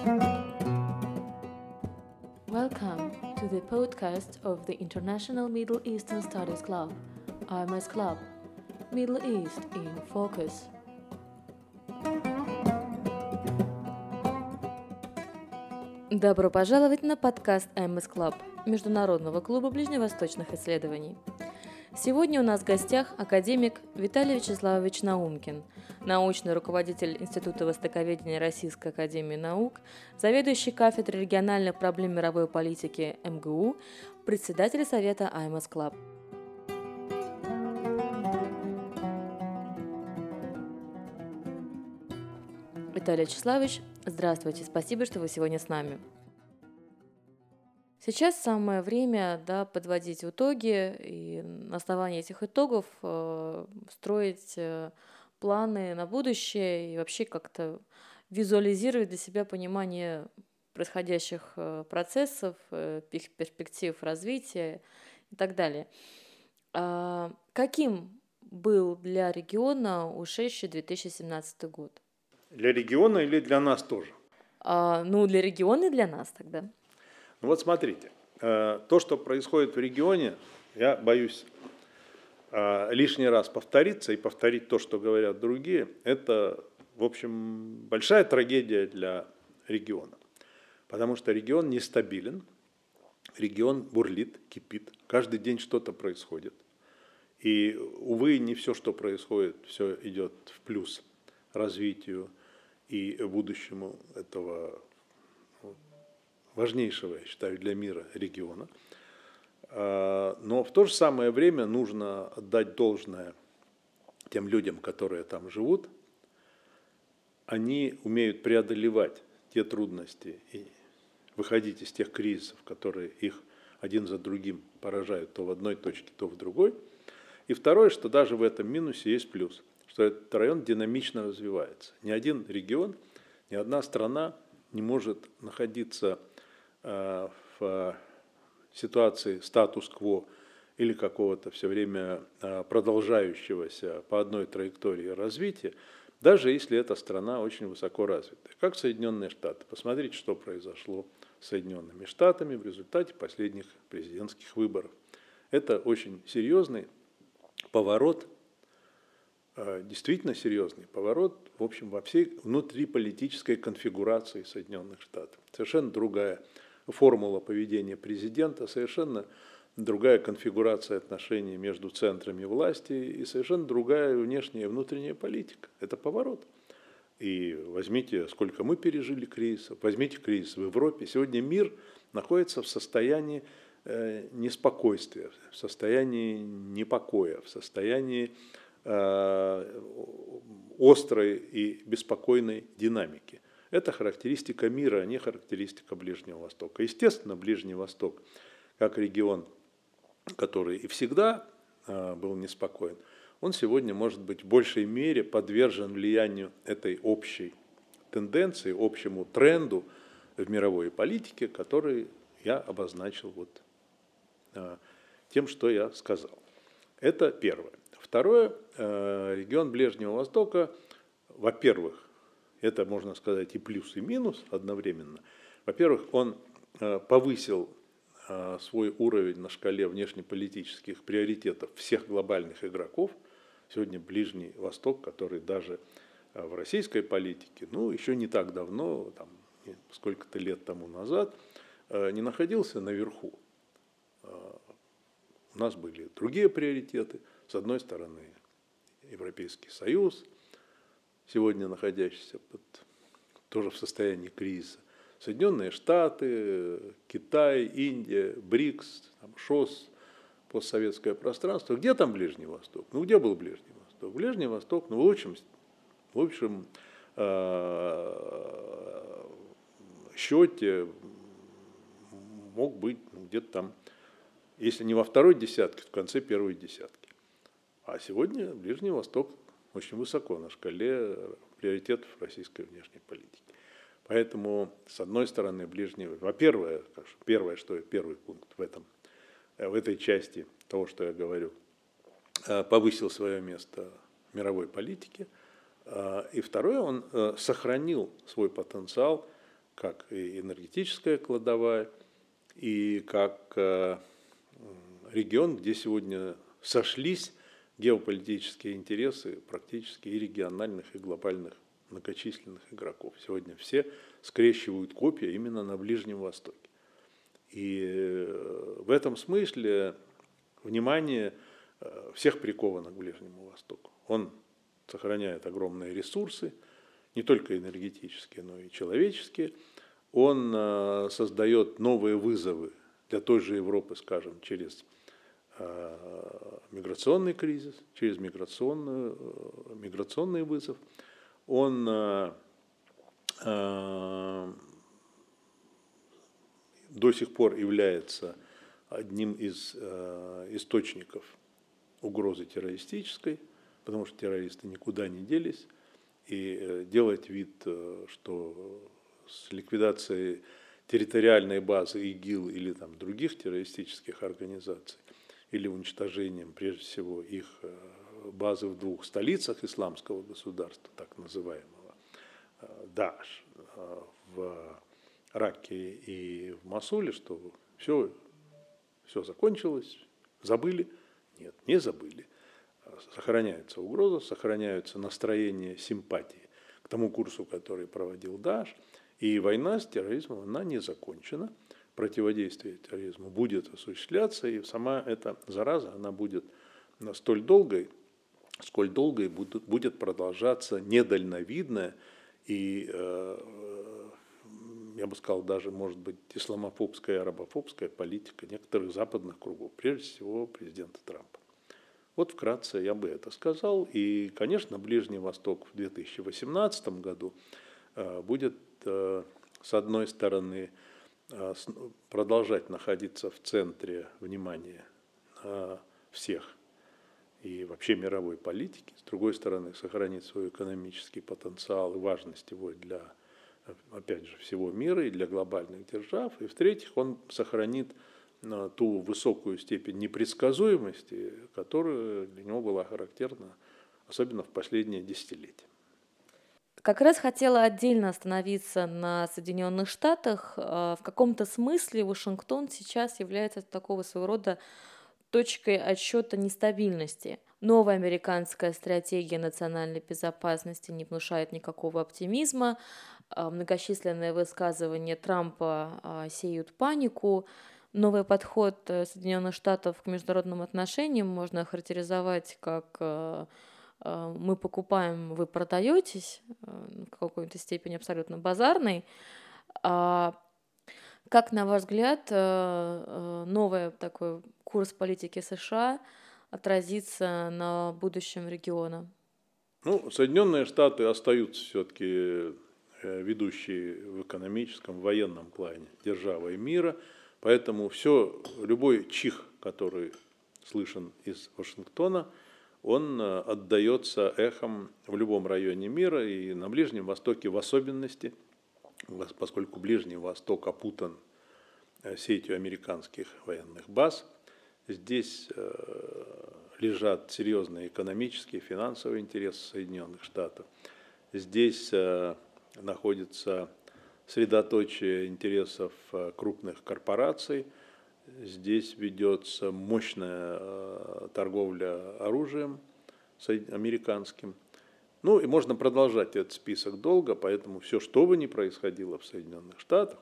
Welcome to the podcast of the International Middle Eastern Studies Club, IMS Club, Middle East in Focus. Добро пожаловать на подкаст IMS Club, Международного клуба ближневосточных исследований. Сегодня у нас в гостях академик Виталий Вячеславович Наумкин, научный руководитель Института востоковедения Российской академии наук, заведующий кафедрой региональных проблем мировой политики МГУ, председатель Совета IMS Club. Виталий Вячеславович, здравствуйте, спасибо, что вы сегодня с нами. Сейчас самое время подводить итоги и на основании этих итогов строить планы на будущее и вообще как-то визуализировать для себя понимание происходящих процессов, их перспектив развития и так далее. Каким был для региона ушедший 2017 год? Для региона или для нас тоже? Для региона и для нас тогда. Вот смотрите, то, что происходит в регионе, я боюсь лишний раз повториться и повторить то, что говорят другие, это, в общем, большая трагедия для региона. Потому что регион нестабилен, регион бурлит, кипит, каждый день что-то происходит. И, увы, не все, что происходит, все идет в плюс развитию и будущему этого важнейшего, я считаю, для мира региона. Но в то же самое время нужно отдать должное тем людям, которые там живут. Они умеют преодолевать те трудности и выходить из тех кризисов, которые их один за другим поражают то в одной точке, то в другой. И второе, что даже в этом минусе есть плюс, что этот район динамично развивается. Ни один регион, ни одна страна не может находиться в ситуации статус-кво или какого-то все время продолжающегося по одной траектории развития, даже если эта страна очень высоко развитая, как Соединенные Штаты. Посмотрите, что произошло с Соединенными Штатами в результате последних президентских выборов. Это очень серьезный поворот, действительно серьезный поворот, в общем, во всей внутриполитической конфигурации Соединенных Штатов. Совершенно другая формула поведения президента, совершенно другая конфигурация отношений между центрами власти и совершенно другая внешняя и внутренняя политика. Это поворот. И возьмите, сколько мы пережили кризисов, возьмите кризис в Европе. Сегодня мир находится в состоянии неспокойствия, в состоянии непокоя, в состоянии острой и беспокойной динамики. Это характеристика мира, а не характеристика Ближнего Востока. Естественно, Ближний Восток, как регион, который и всегда был неспокоен, он сегодня может быть в большей мере подвержен влиянию этой общей тенденции, общему тренду в мировой политике, который я обозначил тем, что я сказал. Это первое. Второе, регион Ближнего Востока, во-первых, это, можно сказать, и плюс, и минус одновременно. Во-первых, он повысил свой уровень на шкале внешнеполитических приоритетов всех глобальных игроков. Сегодня Ближний Восток, который даже в российской политике, еще не так давно, сколько-то лет тому назад, не находился наверху. У нас были другие приоритеты. С одной стороны, Европейский Союз, сегодня находящийся тоже в состоянии кризиса. Соединенные Штаты, Китай, Индия, БРИКС, ШОС, постсоветское пространство. Где там Ближний Восток? Где был Ближний Восток? Ближний Восток, в общем счете мог быть где-то там, если не во второй десятке, то в конце первой десятки. А сегодня Ближний Восток очень высоко на шкале приоритетов российской внешней политики. Поэтому, с одной стороны, первый пункт в этой части того, что я говорю, повысил свое место в мировой политике. И второе, он сохранил свой потенциал как и энергетическая кладовая, и как регион, где сегодня сошлись геополитические интересы практически и региональных, и глобальных многочисленных игроков. Сегодня все скрещивают копья именно на Ближнем Востоке. И в этом смысле внимание всех приковано к Ближнему Востоку. Он сохраняет огромные ресурсы, не только энергетические, но и человеческие. Он создает новые вызовы для той же Европы, скажем, через миграционный кризис, через миграционный вызов. Он до сих пор является одним из источников угрозы террористической, потому что террористы никуда не делись, и делать вид, что с ликвидацией территориальной базы ИГИЛ или там, других террористических организаций, или уничтожением, прежде всего, их базы в двух столицах исламского государства, так называемого Дааш, в Ракке и в Мосуле, что все закончилось, забыли. Нет, не забыли. Сохраняется угроза, сохраняются настроения, симпатии к тому курсу, который проводил Дааш. И война с терроризмом, она не закончена. Противодействие терроризму будет осуществляться, и сама эта зараза, она будет столь долгой, сколь долго будет продолжаться недальновидная и, я бы сказал, даже, может быть, исламофобская, арабофобская политика некоторых западных кругов, прежде всего президента Трампа. Вот вкратце я бы это сказал. И, конечно, Ближний Восток в 2018 году будет, с одной стороны, продолжать находиться в центре внимания всех и вообще мировой политики, с другой стороны, сохранить свой экономический потенциал и важность его для, опять же, всего мира и для глобальных держав, и в-третьих, он сохранит ту высокую степень непредсказуемости, которая для него была характерна, особенно в последние десятилетия. Как раз хотела отдельно остановиться на Соединенных Штатах. В каком-то смысле Вашингтон сейчас является такого своего рода точкой отсчета нестабильности. Новая американская стратегия национальной безопасности не внушает никакого оптимизма. Многочисленные высказывания Трампа сеют панику. Новый подход Соединенных Штатов к международным отношениям можно охарактеризовать как мы покупаем, вы продаетесь, в какой-то степени абсолютно базарный. Как, на ваш взгляд, новый такой курс политики США отразится на будущем региона? Соединенные Штаты остаются все-таки ведущей в экономическом, военном плане державой мира, поэтому любой чих, который слышен из Вашингтона, он отдается эхом в любом районе мира и на Ближнем Востоке в особенности, поскольку Ближний Восток опутан сетью американских военных баз. Здесь лежат серьезные экономические, финансовые интересы Соединенных Штатов. Здесь находится средоточие интересов крупных корпораций. Здесь ведется мощная торговля оружием американским. И можно продолжать этот список долго, поэтому все, что бы ни происходило в Соединенных Штатах,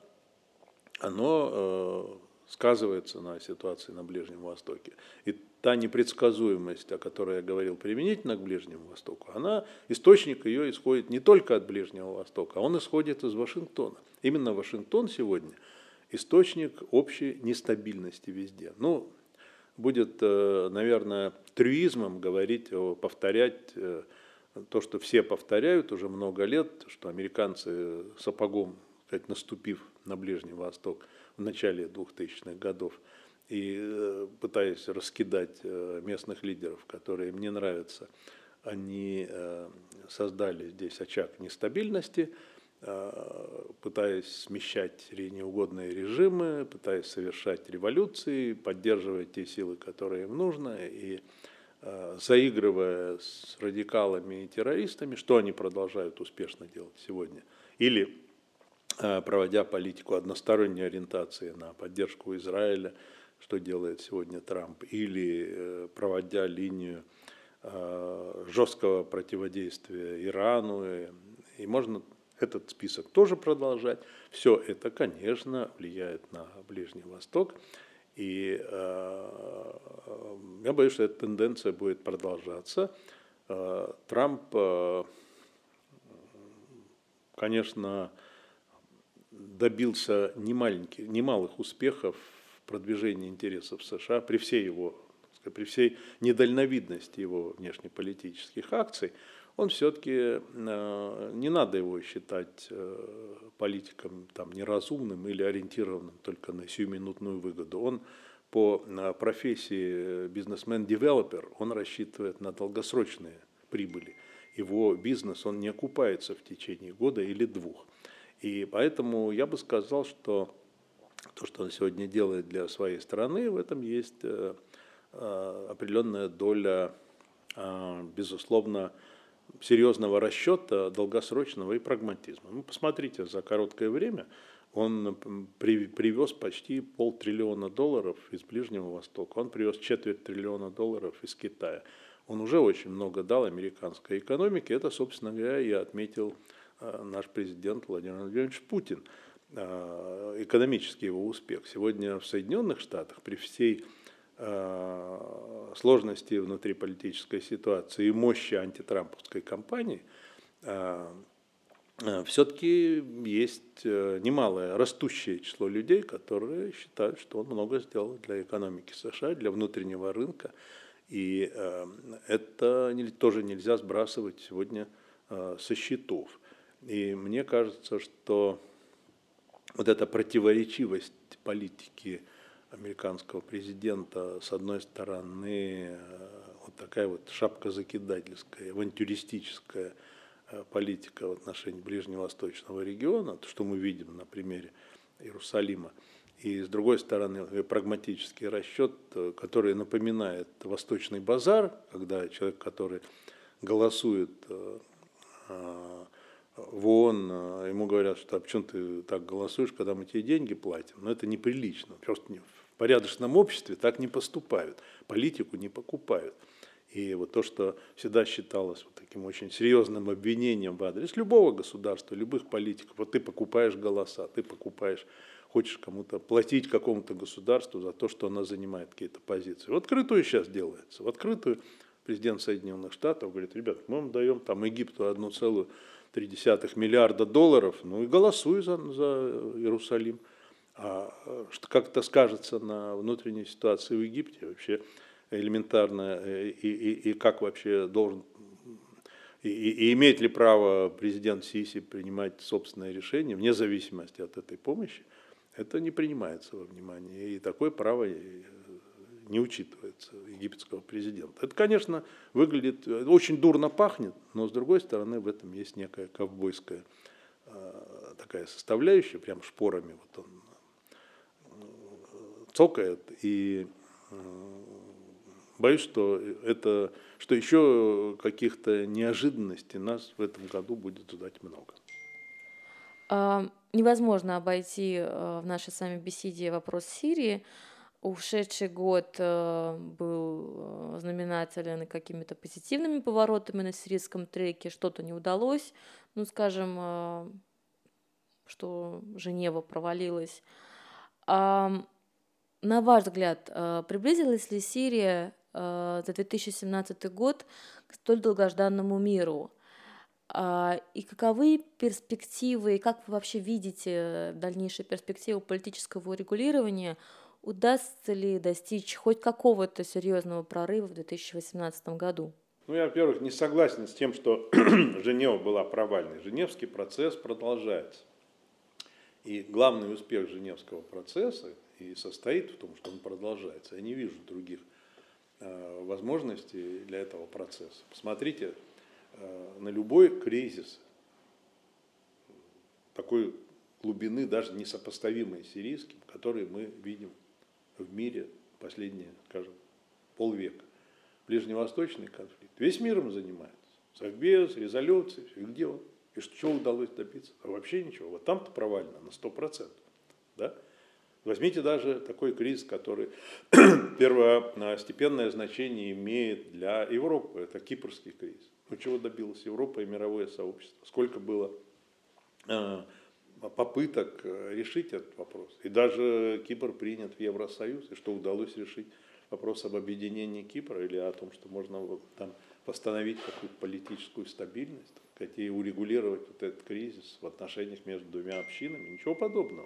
оно сказывается на ситуации на Ближнем Востоке. И та непредсказуемость, о которой я говорил применительно к Ближнему Востоку, источник ее исходит не только от Ближнего Востока, а он исходит из Вашингтона. Именно Вашингтон сегодня источник общей нестабильности везде. Будет, наверное, трюизмом говорить, повторять то, что все повторяют уже много лет, что американцы сапогом, наступив на Ближний Восток в начале 2000-х годов и пытаясь раскидать местных лидеров, которые им не нравятся, они создали здесь очаг нестабильности, пытаясь смещать неугодные режимы, пытаясь совершать революции, поддерживая те силы, которые им нужно, и заигрывая с радикалами и террористами, что они продолжают успешно делать сегодня. Или проводя политику односторонней ориентации на поддержку Израиля, что делает сегодня Трамп, или проводя линию жесткого противодействия Ирану. И можно этот список тоже продолжать. Все это, конечно, влияет на Ближний Восток. И я боюсь, что эта тенденция будет продолжаться. Трамп, конечно, добился немалых успехов в продвижении интересов США при при всей недальновидности его внешнеполитических акций. Он все-таки, не надо его считать политиком неразумным или ориентированным только на сиюминутную выгоду. Он по профессии бизнесмен-девелопер, он рассчитывает на долгосрочные прибыли. Его бизнес, он не окупается в течение года или двух. И поэтому я бы сказал, что то, что он сегодня делает для своей страны, в этом есть определенная доля, безусловно, серьезного расчета, долгосрочного и прагматизма. Ну, посмотрите, за короткое время он привез почти $500 триллиона из Ближнего Востока, он привез $250 триллиона из Китая. Он уже очень много дал американской экономике. Это, собственно говоря, и отметил наш президент Владимир Владимирович Путин. Экономический его успех. Сегодня в Соединенных Штатах при всей сложности внутриполитической ситуации и мощи антитрамповской кампании все-таки есть немалое растущее число людей, которые считают, что он много сделал для экономики США, для внутреннего рынка. И это тоже нельзя сбрасывать сегодня со счетов. И мне кажется, что вот эта противоречивость политики американского президента, с одной стороны, вот такая вот шапкозакидательская, авантюристическая политика в отношении ближневосточного региона, то, что мы видим на примере Иерусалима, и с другой стороны прагматический расчет, который напоминает Восточный базар, когда человек, который голосует в ООН, ему говорят, что почему ты так голосуешь, когда мы тебе деньги платим. Но это неприлично. Просто в порядочном обществе так не поступают. Политику не покупают. И вот то, что всегда считалось вот таким очень серьезным обвинением в адрес любого государства, любых политиков. Вот ты покупаешь голоса, ты хочешь кому-то платить какому-то государству за то, что она занимает какие-то позиции. В открытую сейчас делается. В открытую президент Соединенных Штатов говорит: ребят, мы вам даем Египту $1,3 миллиарда, ну и голосуй за Иерусалим. А как это скажется на внутренней ситуации в Египте, вообще элементарно, и как вообще должен, и имеет ли право президент Сиси принимать собственные решения вне зависимости от этой помощи, это не принимается во внимание, и такое право не учитывается египетского президента. Это, конечно, выглядит, очень дурно пахнет, но, с другой стороны, в этом есть некая ковбойская такая составляющая, прям шпорами вот он цокает, и боюсь, что еще каких-то неожиданностей нас в этом году будет ждать много. Невозможно обойти в нашей с вами беседе вопрос Сирии. Ушедший год был знаменателен какими-то позитивными поворотами на сирийском треке, что-то не удалось, ну, скажем, что Женева провалилась. На ваш взгляд, приблизилась ли Сирия за 2017 год к столь долгожданному миру? И каковы перспективы, и как вы вообще видите дальнейшие перспективы политического урегулирования? Удастся ли достичь хоть какого-то серьезного прорыва в 2018 году? Ну, я, во-первых, не согласен с тем, что Женева была провальной. Женевский процесс продолжается. И главный успех Женевского процесса и состоит в том, что он продолжается. Я не вижу других возможностей для этого процесса. Посмотрите на любой кризис такой глубины, даже несопоставимой с сирийским, который мы видим в мире последние, скажем, полвека. Ближневосточный конфликт. Весь мир им занимается. Совбез, резолюции, и где он? И что удалось добиться? А вообще ничего. Вот там-то провалено на 100%. Да? Возьмите даже такой кризис, который первостепенное значение имеет для Европы. Это кипрский кризис. Ну чего добилась Европа и мировое сообщество? Сколько было попыток решить этот вопрос. И даже Кипр принят в Евросоюз. И что удалось решить вопрос об объединении Кипра или о том, что можно там восстановить какую-то политическую стабильность, и урегулировать вот этот кризис в отношениях между двумя общинами. Ничего подобного.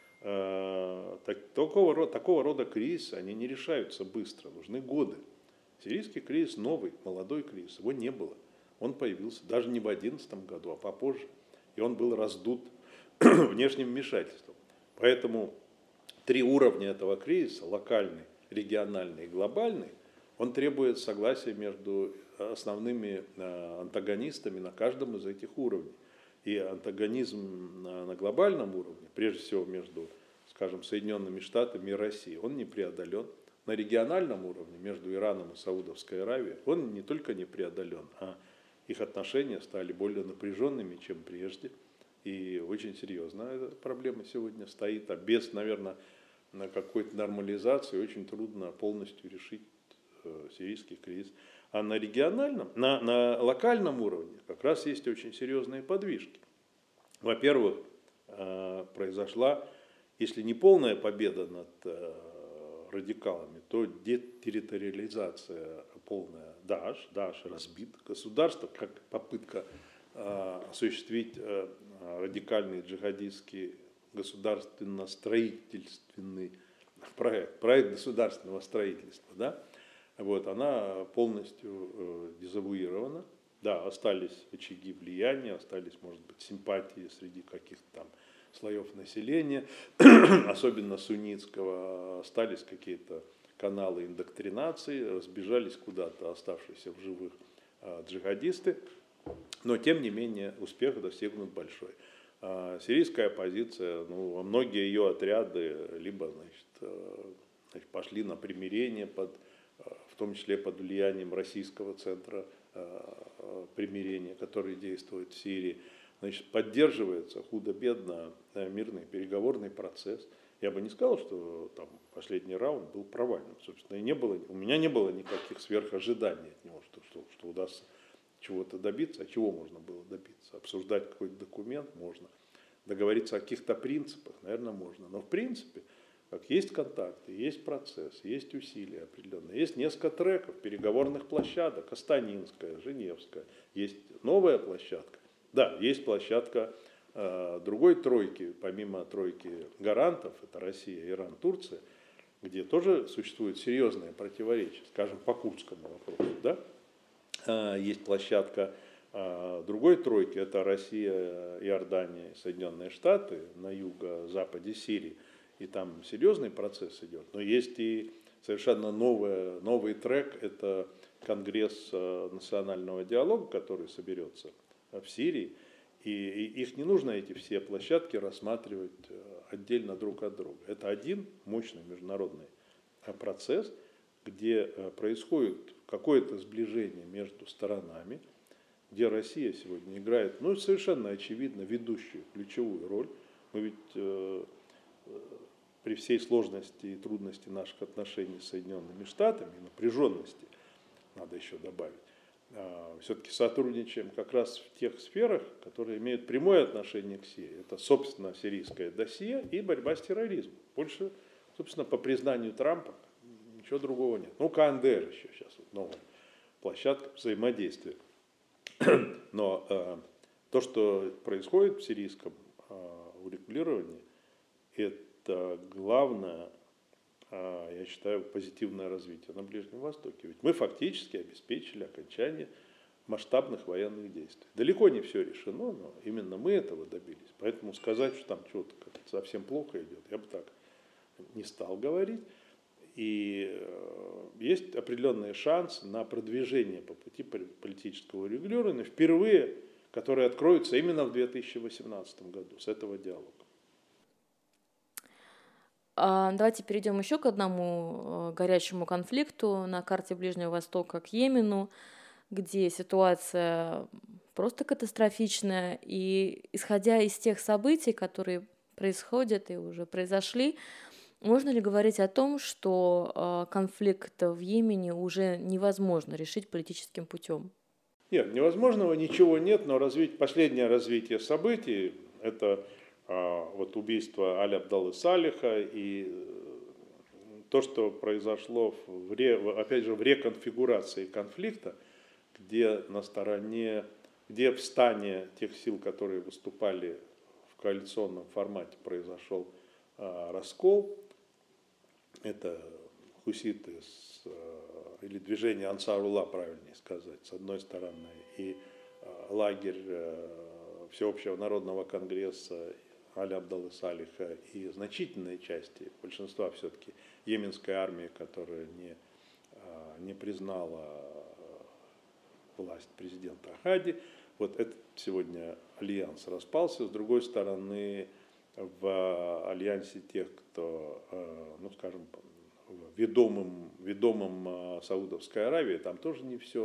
Такого рода кризисы, они не решаются быстро, нужны годы. Сирийский кризис новый, молодой кризис, его не было. Он появился даже не в 2011 году, а попозже. И он был раздут внешним вмешательством. Поэтому 3 уровня этого кризиса, локальный, региональный и глобальный, он требует согласия между основными антагонистами на каждом из этих уровней. И антагонизм на глобальном уровне, прежде всего между, скажем, Соединенными Штатами и Россией, он не преодолен. На региональном уровне между Ираном и Саудовской Аравией он не только не преодолен, а их отношения стали более напряженными, чем прежде. И очень серьезно эта проблема сегодня стоит. А без, наверное, на какой-то нормализации очень трудно полностью решить сирийский кризис. А на региональном, на локальном уровне как раз есть очень серьезные подвижки. Во-первых, произошла, если не полная победа над радикалами, то детерриториализация полная. Дааш разбит. Государство, как попытка осуществить радикальный джихадистский государственно-строительственный проект государственного строительства, да, вот, она полностью дезавуирована. Да, остались очаги влияния, остались, может быть, симпатии среди каких-то там слоев населения, особенно суннитского, остались какие-то каналы индоктринации, разбежались куда-то оставшиеся в живых джихадисты, но тем не менее успех достигнут большой. Сирийская оппозиция, многие ее отряды либо пошли на примирение, в том числе под влиянием российского центра примирения, который действует в Сирии, поддерживается худо-бедно мирный переговорный процесс. Я бы не сказал, что там последний раунд был провальным. Собственно, у меня не было никаких сверхожиданий от него, что удастся чего-то добиться. А чего можно было добиться? Обсуждать какой-то документ можно. Договориться о каких-то принципах, наверное, можно. Но в принципе, как есть контакты, есть процесс, есть усилия определенные. Есть несколько треков, переговорных площадок, Астанинская, Женевская. Есть новая площадка. Да, есть площадка другой тройки, помимо тройки гарантов, это Россия, Иран, Турция, где тоже существует серьезное противоречие, скажем, по курдскому вопросу. Да? Есть площадка другой тройки, это Россия, Иордания и Соединенные Штаты на юго-западе Сирии. И там серьезный процесс идет. Но есть и совершенно новый трек, это Конгресс национального диалога, который соберется в Сирии. И их не нужно, эти все площадки, рассматривать отдельно друг от друга. Это один мощный международный процесс, где происходит какое-то сближение между сторонами, где Россия сегодня играет, совершенно очевидно, ведущую, ключевую роль. Мы ведь при всей сложности и трудности наших отношений с Соединенными Штатами, напряженности, надо еще добавить, все-таки сотрудничаем как раз в тех сферах, которые имеют прямое отношение к Сирии. Это, собственно, сирийское досье и борьба с терроризмом. Больше, собственно, по признанию Трампа ничего другого нет. КНДР еще сейчас, новая площадка взаимодействия. Но то, что происходит в сирийском урегулировании, это главное, я считаю, позитивное развитие на Ближнем Востоке. Ведь мы фактически обеспечили окончание масштабных военных действий. Далеко не все решено, но именно мы этого добились. Поэтому сказать, что там что-то совсем плохо идет, я бы так не стал говорить. И есть определенный шанс на продвижение по пути политического урегулирования, впервые, которые откроются именно в 2018 году с этого диалога. Давайте перейдем еще к одному горячему конфликту на карте Ближнего Востока, к Йемену. где ситуация просто катастрофичная, и исходя из тех событий, которые происходят и уже произошли, можно ли говорить о том, что конфликт в Йемене уже невозможно решить политическим путем? Нет, невозможного ничего нет, но последнее развитие событий – это вот убийство Али Абдаллы Салиха и то, что произошло, опять же, в реконфигурации конфликта, где где в стане тех сил, которые выступали в коалиционном формате, произошел раскол. Это хуситы или движение Ансарулла, правильнее сказать, с одной стороны, и лагерь Всеобщего народного конгресса Али Абдаллы Салиха и значительные части, большинства все-таки йеменской армии, которая не признала власть президента Хади. Вот этот сегодня альянс распался. С другой стороны, в альянсе тех, кто, ну скажем, ведомым Саудовской Аравии, там тоже не все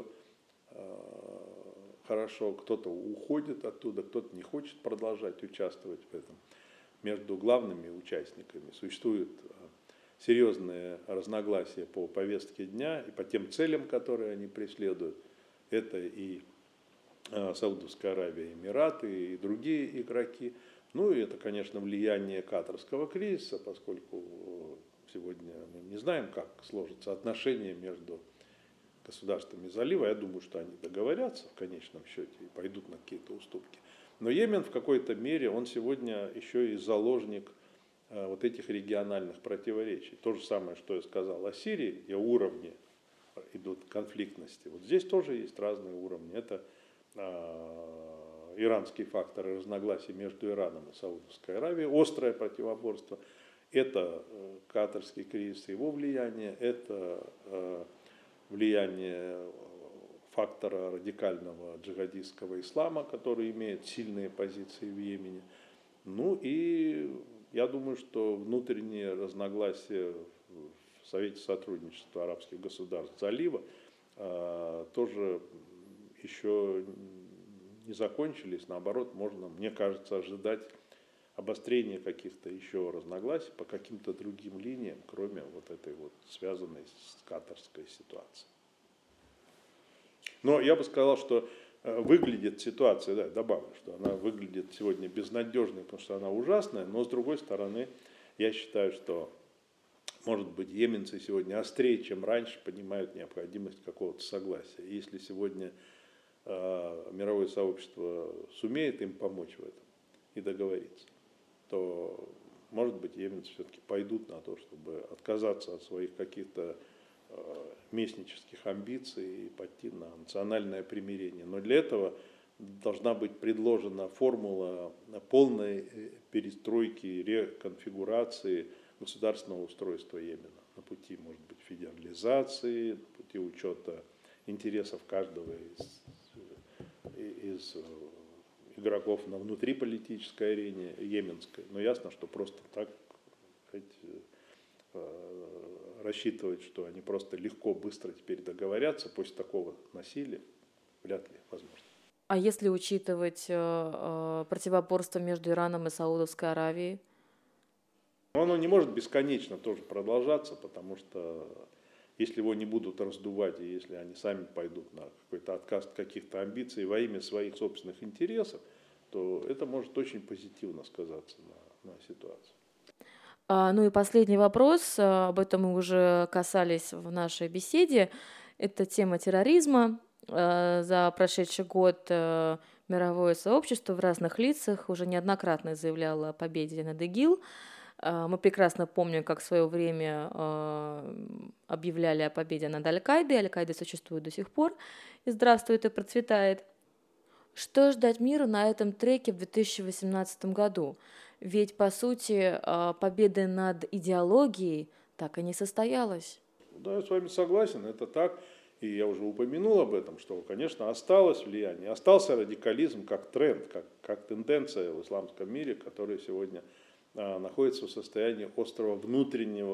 хорошо. Кто-то уходит оттуда, кто-то не хочет продолжать участвовать в этом. Между главными участниками существуют серьезные разногласия по повестке дня и по тем целям, которые они преследуют. Это и Саудовская Аравия, Эмираты и другие игроки. Ну и это, конечно, влияние катарского кризиса, поскольку сегодня мы не знаем, как сложатся отношения между государствами залива. Я думаю, что они договорятся в конечном счете и пойдут на какие-то уступки. Но Йемен в какой-то мере, он сегодня еще и заложник вот этих региональных противоречий. То же самое, что я сказал о Сирии, где уровни идут конфликтности. Вот здесь тоже есть разные уровни. Это иранские факторы разногласий между Ираном и Саудовской Аравией, острое противоборство. Это катарский кризис и его влияние, это влияние фактора радикального джихадистского ислама, который имеет сильные позиции в Йемене. Ну и я думаю, что внутренние разногласия в Совете сотрудничества арабских государств залива тоже еще не закончились. Наоборот, можно, мне кажется, ожидать обострения каких-то еще разногласий по каким-то другим линиям, кроме вот этой вот связанной с катарской ситуацией. Но я бы сказал, что выглядит ситуация, да, добавлю, что она выглядит сегодня безнадежной, потому что она ужасная, но с другой стороны, я считаю, что, может быть, йеменцы сегодня острее, чем раньше, понимают необходимость какого-то согласия. И если сегодня мировое сообщество сумеет им помочь в этом и договориться, то, может быть, йеменцы все-таки пойдут на то, чтобы отказаться от своих каких-то местнических амбиций и пойти на национальное примирение. Но для этого должна быть предложена формула полной перестройки, реконфигурации государственного устройства Йемена на пути, может быть, федерализации, на пути учета интересов каждого из игроков на внутриполитической арене йеменской. Но ясно, что просто так рассчитывать, что они просто легко, быстро теперь договорятся после такого насилия, вряд ли возможно. А если учитывать противоборство между Ираном и Саудовской Аравией? Оно не может бесконечно тоже продолжаться, потому что если его не будут раздувать, и если они сами пойдут на какой-то отказ от каких-то амбиций во имя своих собственных интересов, то это может очень позитивно сказаться на ситуации. Ну и последний вопрос, об этом мы уже касались в нашей беседе, это тема терроризма. За прошедший год мировое сообщество в разных лицах уже неоднократно заявляло о победе над ИГИЛ. Мы прекрасно помним, как в свое время объявляли о победе над Аль-Каидой. Аль-Каида существует до сих пор и здравствует и процветает. Что ждать миру на этом треке в 2018 году? Ведь, по сути, победа над идеологией так и не состоялась. Да, я с вами согласен, это так. И я уже упомянул об этом, что, конечно, осталось влияние, остался радикализм как тренд, как тенденция в исламском мире, которая сегодня находится в состоянии острого внутреннего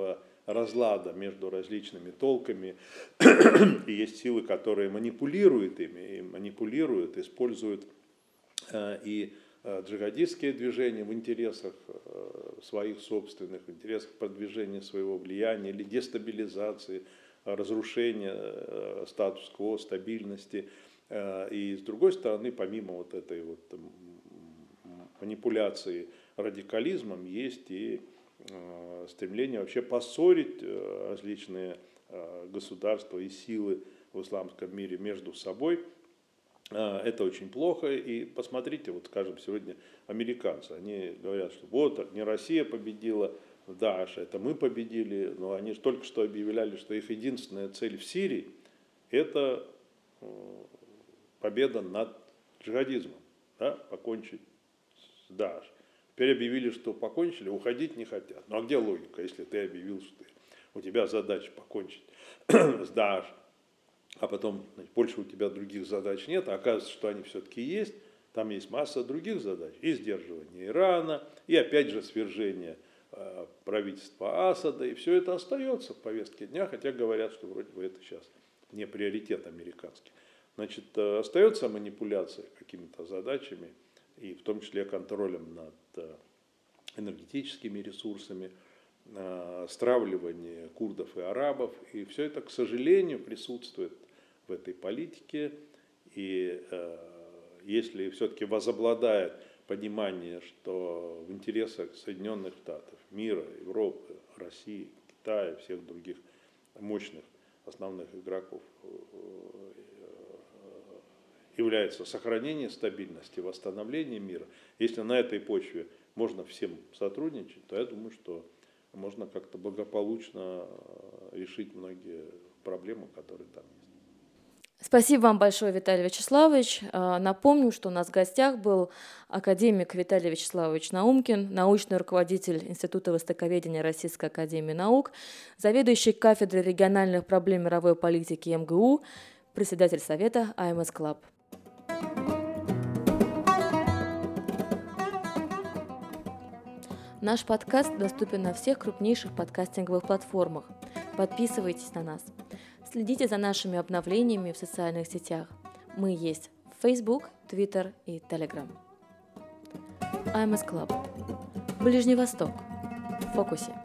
разлада между различными толками, и есть силы, которые манипулируют ими, и манипулируют, используют и джихадистские движения в интересах своих собственных, в интересах продвижения своего влияния или дестабилизации, разрушения статус-кво, стабильности. И с другой стороны, помимо вот этой вот манипуляции радикализмом, есть и стремление вообще поссорить различные государства и силы в исламском мире между собой. Это очень плохо. И посмотрите, вот скажем, сегодня американцы, они говорят, что вот не Россия победила в Дааш, это мы победили, но они же только что объявляли, что их единственная цель в Сирии – это победа над джихадизмом, да, покончить с Дааш. Теперь объявили, что покончили, уходить не хотят. Ну а где логика, если ты объявил, что у тебя задача покончить с Дааш, а потом больше у тебя других задач нет, а оказывается, что они все-таки есть, там есть масса других задач, и сдерживание Ирана, и опять же свержение правительства Асада, и все это остается в повестке дня, хотя говорят, что вроде бы это сейчас не приоритет американский. Значит, остается манипуляция какими-то задачами, и в том числе контролем над энергетическими ресурсами, стравливание курдов и арабов. И все это, к сожалению, присутствует в этой политике. И если все-таки возобладает понимание, что в интересах Соединенных Штатов, мира, Европы, России, Китая, всех других мощных основных игроков является сохранение стабильности, восстановление мира. Если на этой почве можно всем сотрудничать, то я думаю, что можно как-то благополучно решить многие проблемы, которые там есть. Спасибо вам большое, Виталий Вячеславович. Напомню, что у нас в гостях был академик Виталий Вячеславович Наумкин, научный руководитель Института востоковедения Российской академии наук, заведующий кафедрой региональных проблем мировой политики МГУ, председатель совета АМС Club. Наш подкаст доступен на всех крупнейших подкастинговых платформах. Подписывайтесь на нас. Следите за нашими обновлениями в социальных сетях. Мы есть в Facebook, Twitter и Telegram. АМС Club. Ближний Восток. В фокусе.